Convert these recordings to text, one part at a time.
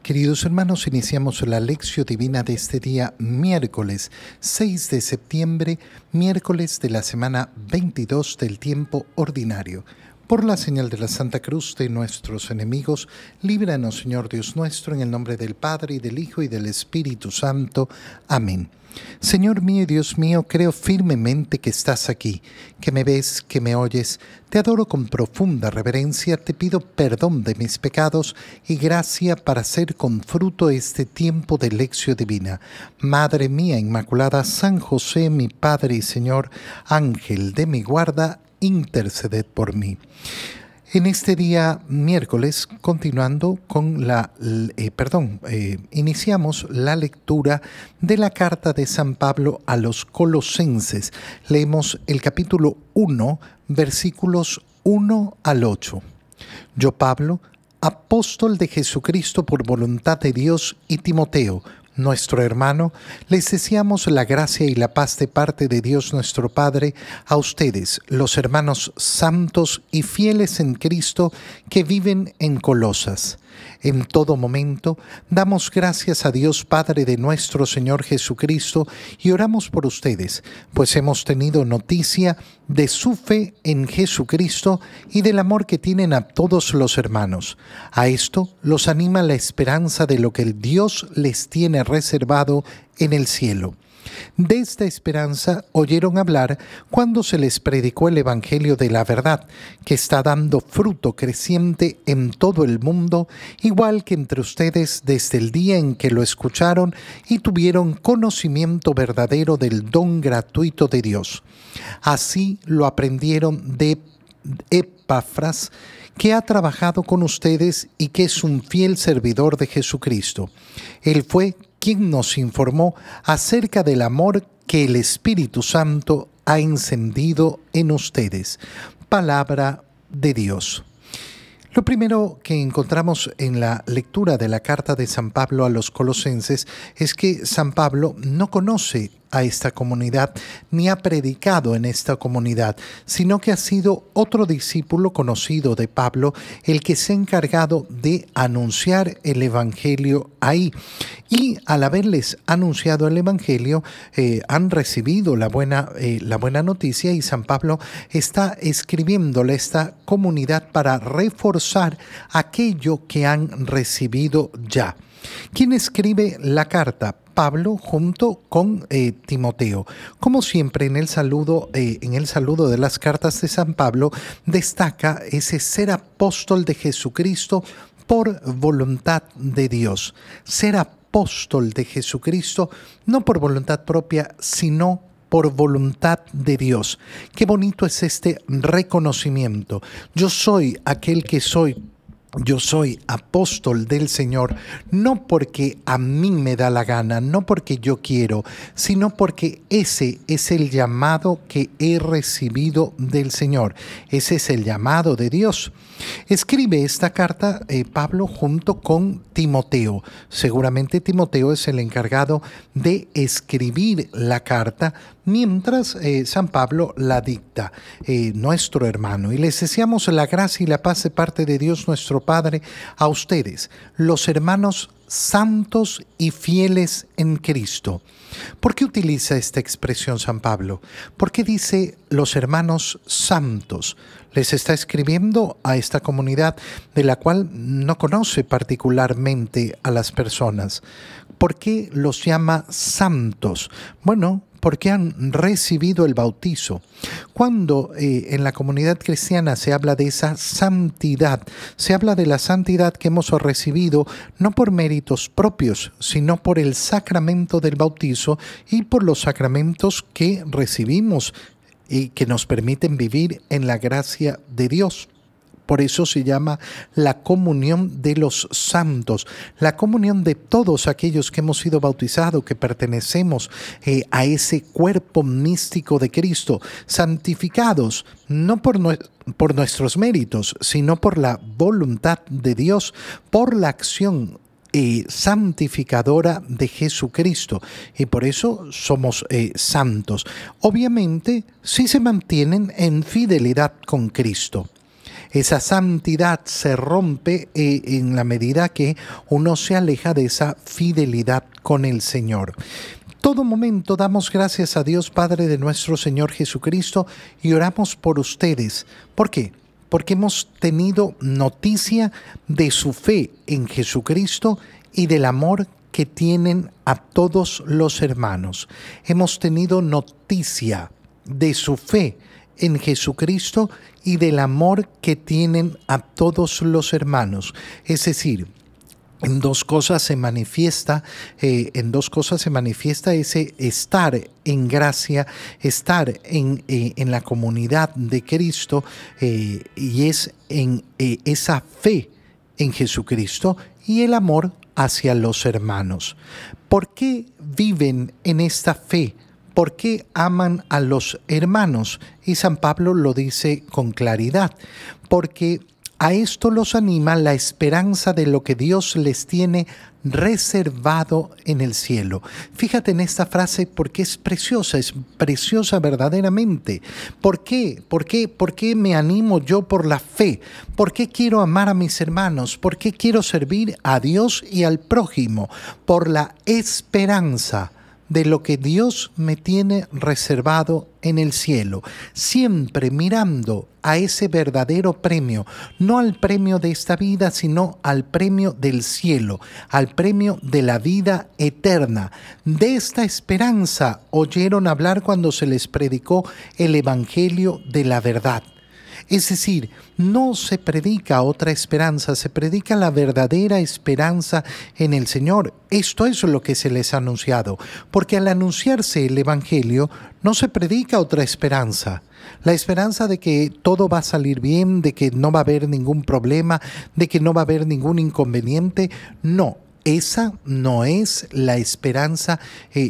Queridos hermanos, iniciamos la lección divina de este día miércoles 6 de septiembre, miércoles de la semana 22 del tiempo ordinario. Por la señal de la Santa Cruz de nuestros enemigos, líbranos, Señor Dios nuestro, en el nombre del Padre, y del Hijo, y del Espíritu Santo. Amén. Señor mío y Dios mío, creo firmemente que estás aquí, que me ves, que me oyes. Te adoro con profunda reverencia, te pido perdón de mis pecados y gracia para hacer con fruto este tiempo de lección divina. Madre mía Inmaculada, San José, mi Padre y Señor, Ángel de mi guarda, interceded por mí. En este día miércoles, continuando con iniciamos la lectura de la carta de San Pablo a los Colosenses. Leemos el capítulo 1, versículos 1 al 8. Yo, Pablo, apóstol de Jesucristo por voluntad de Dios, y Timoteo, nuestro hermano, les deseamos la gracia y la paz de parte de Dios nuestro Padre a ustedes, los hermanos santos y fieles en Cristo que viven en Colosas. En todo momento damos gracias a Dios Padre de nuestro Señor Jesucristo y oramos por ustedes, pues hemos tenido noticia de su fe en Jesucristo y del amor que tienen a todos los hermanos. A esto los anima la esperanza de lo que el Dios les tiene reservado en el cielo. De esta esperanza oyeron hablar cuando se les predicó el Evangelio de la verdad, que está dando fruto creciente en todo el mundo, igual que entre ustedes desde el día en que lo escucharon y tuvieron conocimiento verdadero del don gratuito de Dios. Así lo aprendieron de Epafras, que ha trabajado con ustedes y que es un fiel servidor de Jesucristo. Él fue quien nos informó acerca del amor que el Espíritu Santo ha encendido en ustedes. Palabra de Dios. Lo primero que encontramos en la lectura de la carta de San Pablo a los Colosenses es que San Pablo no conoce a esta comunidad ni ha predicado en esta comunidad, sino que ha sido otro discípulo conocido de Pablo el que se ha encargado de anunciar el Evangelio ahí. Y al haberles anunciado el Evangelio, han recibido la buena noticia, y San Pablo está escribiéndole a esta comunidad para reforzar aquello que han recibido ya. ¿Quién escribe la carta? Pablo junto con Timoteo. Como siempre en el saludo de las cartas de San Pablo destaca ese ser apóstol de Jesucristo por voluntad de Dios. Ser apóstol de Jesucristo no por voluntad propia, sino por voluntad de Dios. Qué bonito es este reconocimiento. Yo soy aquel que soy. Yo soy apóstol del Señor, no porque a mí me da la gana, no porque yo quiero, sino porque ese es el llamado que he recibido del Señor. Ese es el llamado de Dios. Escribe esta carta Pablo junto con Timoteo. Seguramente Timoteo es el encargado de escribir la carta, mientras San Pablo la dicta, nuestro hermano. Y les deseamos la gracia y la paz de parte de Dios nuestro Padre a ustedes, los hermanos santos y fieles en Cristo. ¿Por qué utiliza esta expresión San Pablo? ¿Por qué dice los hermanos santos? Les está escribiendo a esta comunidad de la cual no conoce particularmente a las personas. ¿Por qué los llama santos? Bueno, porque han recibido el bautizo. Cuando en la comunidad cristiana se habla de esa santidad, se habla de la santidad que hemos recibido no por méritos propios, sino por el sacramento del bautizo y por los sacramentos que recibimos y que nos permiten vivir en la gracia de Dios. Por eso se llama la comunión de los santos, la comunión de todos aquellos que hemos sido bautizados, que pertenecemos a ese cuerpo místico de Cristo, santificados no por nuestros méritos, sino por la voluntad de Dios, por la acción santificadora de Jesucristo, y por eso somos santos. Obviamente, si se mantienen en fidelidad con Cristo. Esa santidad se rompe en la medida que uno se aleja de esa fidelidad con el Señor. Todo momento damos gracias a Dios Padre de nuestro Señor Jesucristo y oramos por ustedes. ¿Por qué? Porque hemos tenido noticia de su fe en Jesucristo y del amor que tienen a todos los hermanos. Hemos tenido noticia de su fe en Jesucristo y del amor que tienen a todos los hermanos. Es decir, en dos cosas se manifiesta ese estar en gracia, estar en la comunidad de Cristo, y es en esa fe en Jesucristo y el amor hacia los hermanos. ¿Por qué viven en esta fe? ¿Por qué aman a los hermanos? Y San Pablo lo dice con claridad, porque a esto los anima la esperanza de lo que Dios les tiene reservado en el cielo. Fíjate en esta frase porque es preciosa verdaderamente. ¿Por qué? ¿Por qué me animo yo por la fe? ¿Por qué quiero amar a mis hermanos? ¿Por qué quiero servir a Dios y al prójimo? Por la esperanza de lo que Dios me tiene reservado en el cielo, siempre mirando a ese verdadero premio, no al premio de esta vida, sino al premio del cielo, al premio de la vida eterna. De esta esperanza oyeron hablar cuando se les predicó el Evangelio de la verdad. Es decir, no se predica otra esperanza, se predica la verdadera esperanza en el Señor. Esto es lo que se les ha anunciado, porque al anunciarse el Evangelio no se predica otra esperanza. La esperanza de que todo va a salir bien, de que no va a haber ningún problema, de que no va a haber ningún inconveniente. No, esa no es la esperanza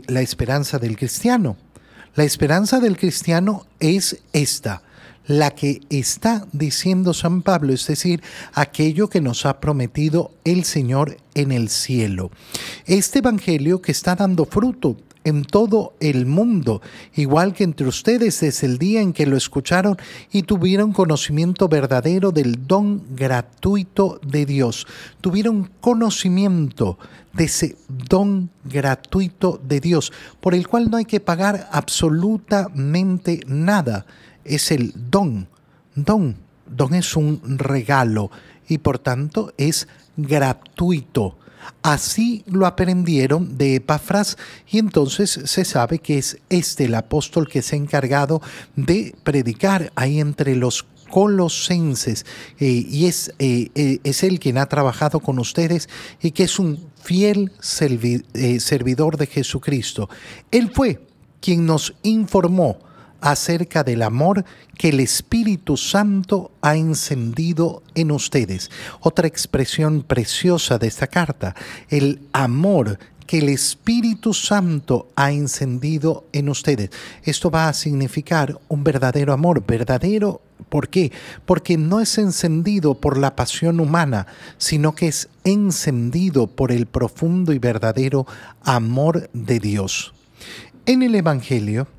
del cristiano. La esperanza del cristiano es esta, la que está diciendo San Pablo, es decir, aquello que nos ha prometido el Señor en el cielo. Este evangelio que está dando fruto en todo el mundo, igual que entre ustedes desde el día en que lo escucharon y tuvieron conocimiento verdadero del don gratuito de Dios. Tuvieron conocimiento de ese don gratuito de Dios, por el cual no hay que pagar absolutamente nada. Es el don. Don es un regalo y por tanto es gratuito. Así lo aprendieron de Epafras y entonces se sabe que es el apóstol que se ha encargado de predicar ahí entre los colosenses, y es él quien ha trabajado con ustedes y que es un fiel servidor de Jesucristo. Él fue quien nos informó acerca del amor que el Espíritu Santo ha encendido en ustedes. Otra expresión preciosa de esta carta, el amor que el Espíritu Santo ha encendido en ustedes. Esto va a significar un verdadero amor. ¿Verdadero? ¿Por qué? Porque no es encendido por la pasión humana, sino que es encendido por el profundo y verdadero amor de Dios. En el Evangelio,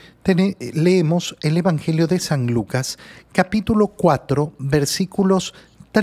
leemos el Evangelio de San Lucas, capítulo 4, versículos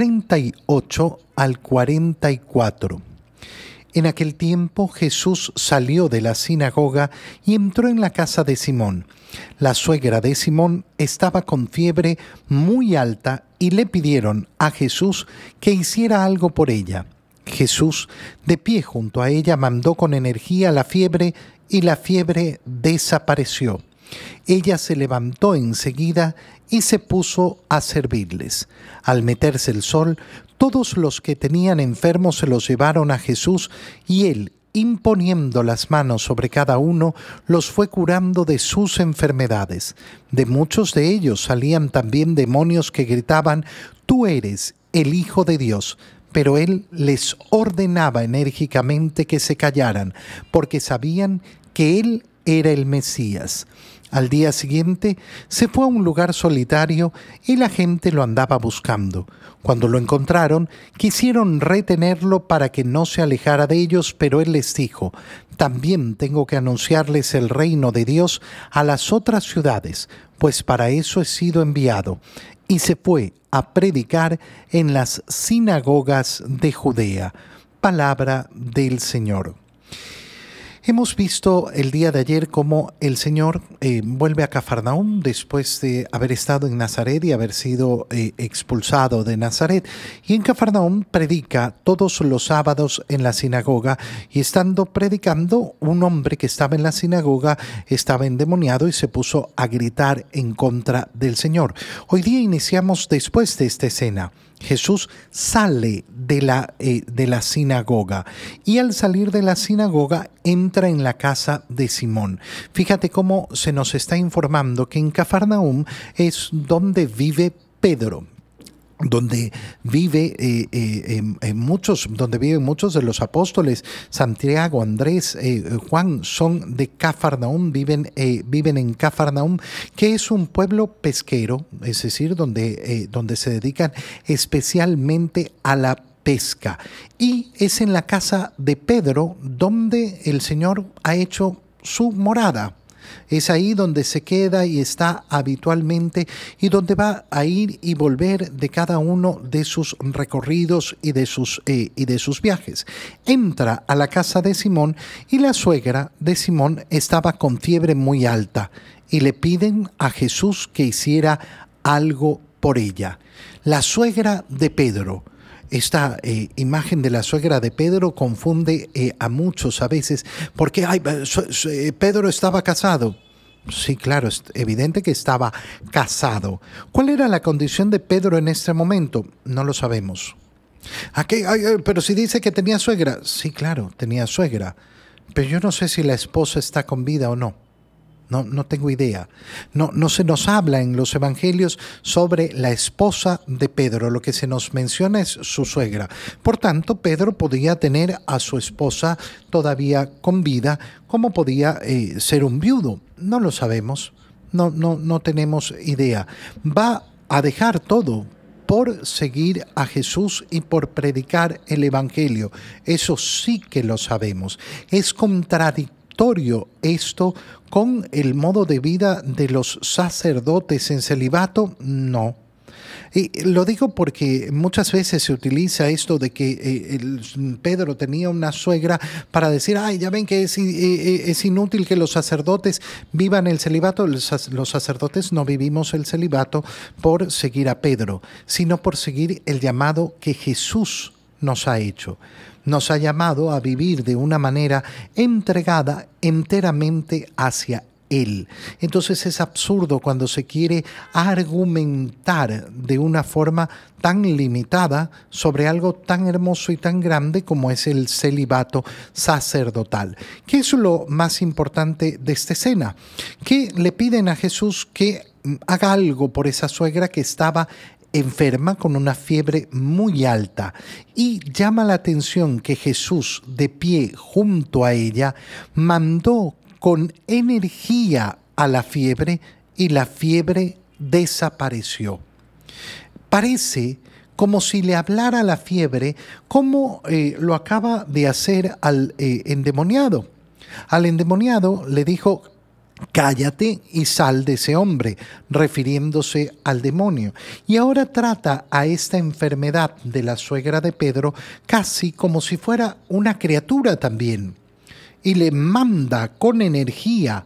38 al 44. En aquel tiempo Jesús salió de la sinagoga y entró en la casa de Simón. La suegra de Simón estaba con fiebre muy alta y le pidieron a Jesús que hiciera algo por ella. Jesús, de pie junto a ella, mandó con energía la fiebre y la fiebre desapareció. Ella se levantó enseguida y se puso a servirles. Al meterse el sol, todos los que tenían enfermos se los llevaron a Jesús y él, imponiendo las manos sobre cada uno, los fue curando de sus enfermedades. De muchos de ellos salían también demonios que gritaban: «Tú eres el Hijo de Dios». Pero él les ordenaba enérgicamente que se callaran, porque sabían que él era el Mesías. Al día siguiente se fue a un lugar solitario y la gente lo andaba buscando. Cuando lo encontraron, quisieron retenerlo para que no se alejara de ellos, pero él les dijo: «También tengo que anunciarles el reino de Dios a las otras ciudades, pues para eso he sido enviado». y se fue a predicar en las sinagogas de Judea. Palabra del Señor. Hemos visto el día de ayer cómo el Señor vuelve a Cafarnaúm después de haber estado en Nazaret y haber sido expulsado de Nazaret. Y en Cafarnaúm predica todos los sábados en la sinagoga, y estando predicando, un hombre que estaba en la sinagoga estaba endemoniado y se puso a gritar en contra del Señor. Hoy día iniciamos después de esta escena. Jesús sale de la sinagoga, y al salir de la sinagoga entra en la casa de Simón. Fíjate cómo se nos está informando que en Cafarnaúm es donde vive Pedro, donde viven muchos de los apóstoles. Santiago, Andrés, Juan son de Cafarnaúm, viven en Cafarnaúm, que es un pueblo pesquero, es decir, donde se dedican especialmente a la pesca. Y es en la casa de Pedro donde el Señor ha hecho su morada. Es ahí donde se queda y está habitualmente, y donde va a ir y volver de cada uno de sus recorridos y de sus viajes. Entra a la casa de Simón, y la suegra de Simón estaba con fiebre muy alta, y le piden a Jesús que hiciera algo por ella. La suegra de Pedro. Esta imagen de la suegra de Pedro confunde a muchos a veces, porque Pedro estaba casado. Sí, claro, es evidente que estaba casado. ¿Cuál era la condición de Pedro en este momento? No lo sabemos. Pero si dice que tenía suegra. Sí, claro, tenía suegra. Pero yo no sé si la esposa está con vida o no. No tengo idea. No se nos habla en los evangelios sobre la esposa de Pedro. Lo que se nos menciona es su suegra. Por tanto, Pedro podía tener a su esposa todavía con vida, como podía ser un viudo. No lo sabemos. No tenemos idea. Va a dejar todo por seguir a Jesús y por predicar el evangelio. Eso sí que lo sabemos. Es contradictorio esto con el modo de vida de los sacerdotes en celibato. No. Y lo digo porque muchas veces se utiliza esto de que Pedro tenía una suegra para decir, ya ven que es inútil que los sacerdotes vivan el celibato. Los sacerdotes no vivimos el celibato por seguir a Pedro, sino por seguir el llamado que Jesús nos ha hecho. Nos ha llamado a vivir de una manera entregada enteramente hacia Él. Entonces es absurdo cuando se quiere argumentar de una forma tan limitada sobre algo tan hermoso y tan grande como es el celibato sacerdotal. ¿Qué es lo más importante de esta escena? Que le piden a Jesús que haga algo por esa suegra que estaba enferma con una fiebre muy alta, y llama la atención que Jesús, de pie junto a ella, mandó con energía a la fiebre, y la fiebre desapareció. Parece como si le hablara a la fiebre, como lo acaba de hacer al endemoniado. Al endemoniado le dijo: cállate y sal de ese hombre, refiriéndose al demonio. Y ahora trata a esta enfermedad de la suegra de Pedro casi como si fuera una criatura también. Y le manda con energía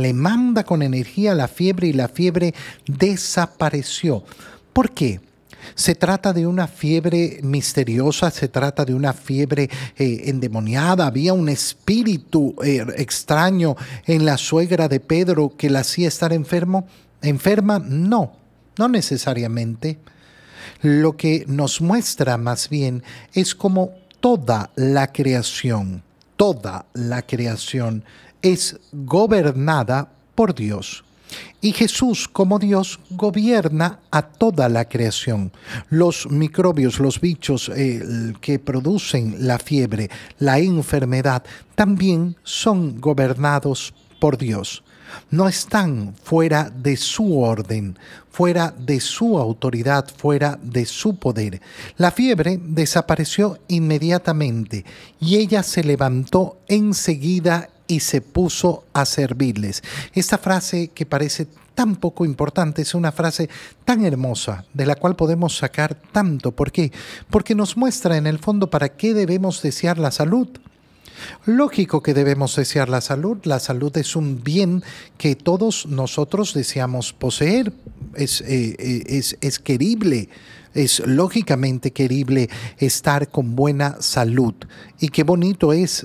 la fiebre, y la fiebre desapareció. ¿Por qué? Se trata de una fiebre misteriosa, se trata de una fiebre endemoniada. Había un espíritu extraño en la suegra de Pedro que la hacía estar enferma. No necesariamente. Lo que nos muestra más bien es cómo toda la creación es gobernada por Dios. Y Jesús, como Dios, gobierna a toda la creación. Los microbios, los bichos que producen la fiebre, la enfermedad, también son gobernados por Dios. No están fuera de su orden, fuera de su autoridad, fuera de su poder. La fiebre desapareció inmediatamente, y ella se levantó enseguida y se puso a servirles. Esta frase que parece tan poco importante es una frase tan hermosa de la cual podemos sacar tanto. ¿Por qué? Porque nos muestra en el fondo para qué debemos desear la salud. Lógico que debemos desear la salud. La salud es un bien que todos nosotros deseamos poseer. Es querible. Es lógicamente querible estar con buena salud. Y qué bonito es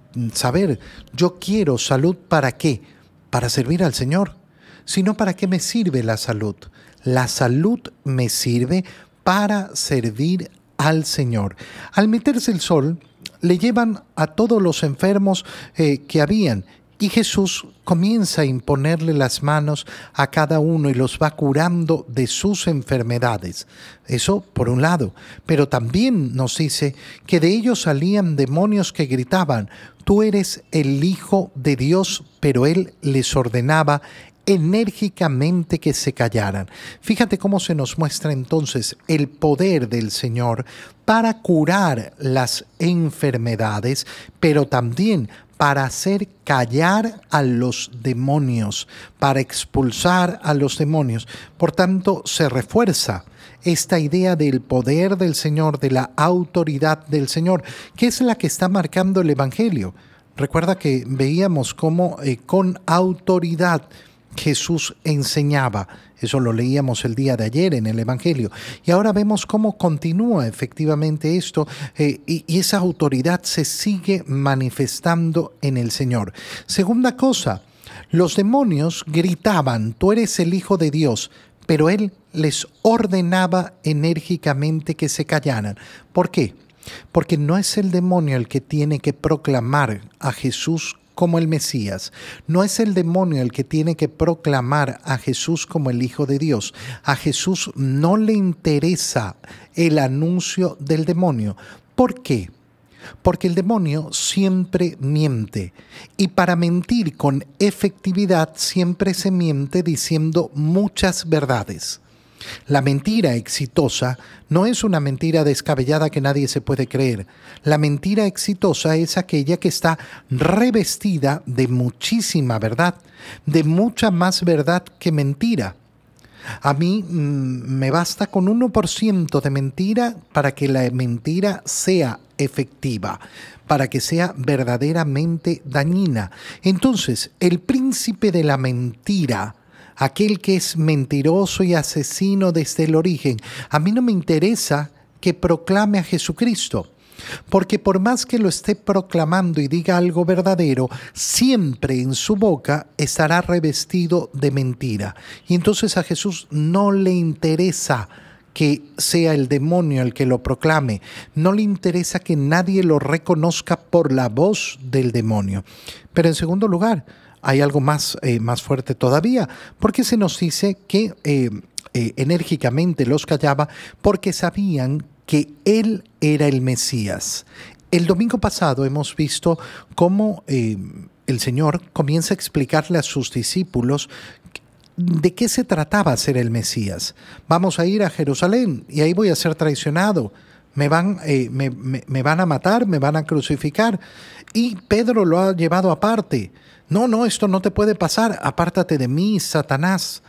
saber, yo quiero salud, ¿para qué? Para servir al Señor. Sino, ¿para qué me sirve la salud? La salud me sirve para servir al Señor. Al meterse el sol, le llevan a todos los enfermos que habían, y Jesús comienza a imponerle las manos a cada uno y los va curando de sus enfermedades. Eso por un lado, pero también nos dice que de ellos salían demonios que gritaban: tú eres el Hijo de Dios, pero Él les ordenaba enérgicamente que se callaran. Fíjate cómo se nos muestra entonces el poder del Señor para curar las enfermedades, pero también para hacer callar a los demonios, para expulsar a los demonios. Por tanto, se refuerza esta idea del poder del Señor, de la autoridad del Señor, que es la que está marcando el Evangelio. Recuerda que veíamos cómo con autoridad Jesús enseñaba. Eso lo leíamos el día de ayer en el Evangelio. Y ahora vemos cómo continúa efectivamente esto y esa autoridad se sigue manifestando en el Señor. Segunda cosa, los demonios gritaban: tú eres el Hijo de Dios, pero Él les ordenaba enérgicamente que se callaran. ¿Por qué? Porque no es el demonio el que tiene que proclamar a Jesús como el Mesías. No es el demonio el que tiene que proclamar a Jesús como el Hijo de Dios. A Jesús no le interesa el anuncio del demonio. ¿Por qué? Porque el demonio siempre miente, y para mentir con efectividad siempre se miente diciendo muchas verdades. La mentira exitosa no es una mentira descabellada que nadie se puede creer. La mentira exitosa es aquella que está revestida de muchísima verdad, de mucha más verdad que mentira. A mí me basta con 1% de mentira para que la mentira sea efectiva, para que sea verdaderamente dañina. Entonces, el príncipe de la mentira, aquel que es mentiroso y asesino desde el origen, a mí no me interesa que proclame a Jesucristo, porque por más que lo esté proclamando y diga algo verdadero, siempre en su boca estará revestido de mentira. Y entonces a Jesús no le interesa que sea el demonio el que lo proclame, no le interesa que nadie lo reconozca por la voz del demonio. Pero en segundo lugar, hay algo más fuerte todavía, porque se nos dice que enérgicamente los callaba porque sabían que Él era el Mesías. El domingo pasado hemos visto cómo el Señor comienza a explicarle a sus discípulos de qué se trataba ser el Mesías. Vamos a ir a Jerusalén y ahí voy a ser traicionado. Me van a matar, me van a crucificar. Y Pedro lo ha llevado aparte. No, esto no te puede pasar. Apártate de mí, Satanás.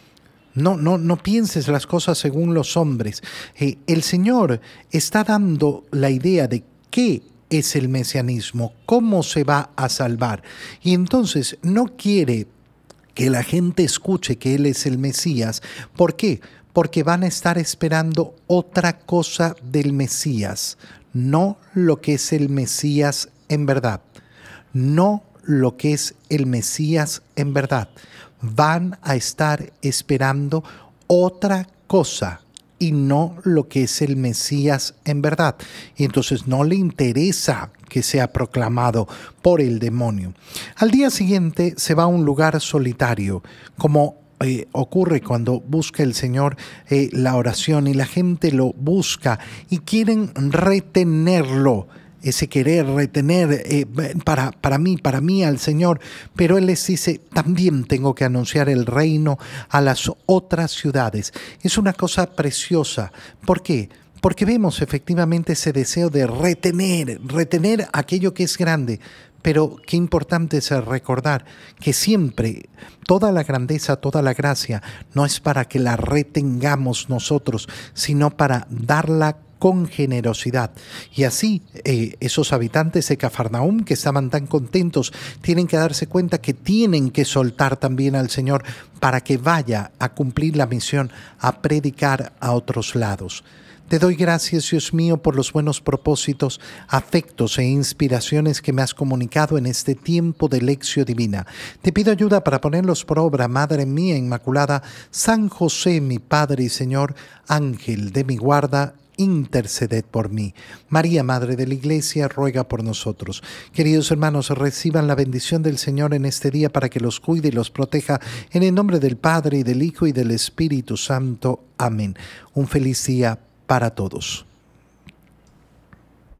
No pienses las cosas según los hombres. El Señor está dando la idea de qué es el mesianismo, cómo se va a salvar. Y entonces no quiere que la gente escuche que Él es el Mesías. ¿Por qué? Porque van a estar esperando otra cosa del Mesías, no lo que es el Mesías en verdad. No lo que es el Mesías en verdad. Van a estar esperando otra cosa y no lo que es el Mesías en verdad. Y entonces no le interesa que sea proclamado por el demonio. Al día siguiente se va a un lugar solitario, como ocurre cuando busca el Señor la oración, y la gente lo busca y quieren retenerlo. Ese querer retener para mí al Señor, pero Él les dice: también tengo que anunciar el reino a las otras ciudades. Es una cosa preciosa. ¿Por qué? Porque vemos efectivamente ese deseo de retener aquello que es grande, Pero qué importante es recordar que siempre toda la grandeza, toda la gracia no es para que la retengamos nosotros, sino para darla con generosidad. Y así esos habitantes de Cafarnaúm que estaban tan contentos tienen que darse cuenta que tienen que soltar también al Señor para que vaya a cumplir la misión, a predicar a otros lados. Te doy gracias, Dios mío, por los buenos propósitos, afectos e inspiraciones que me has comunicado en este tiempo de lección divina. Te pido ayuda para ponerlos por obra, Madre mía Inmaculada, San José, mi Padre y Señor, Ángel de mi guarda, interceded por mí. María, Madre de la Iglesia, ruega por nosotros. Queridos hermanos, reciban la bendición del Señor en este día para que los cuide y los proteja, en el nombre del Padre, y del Hijo, y del Espíritu Santo. Amén. Un feliz día para todos.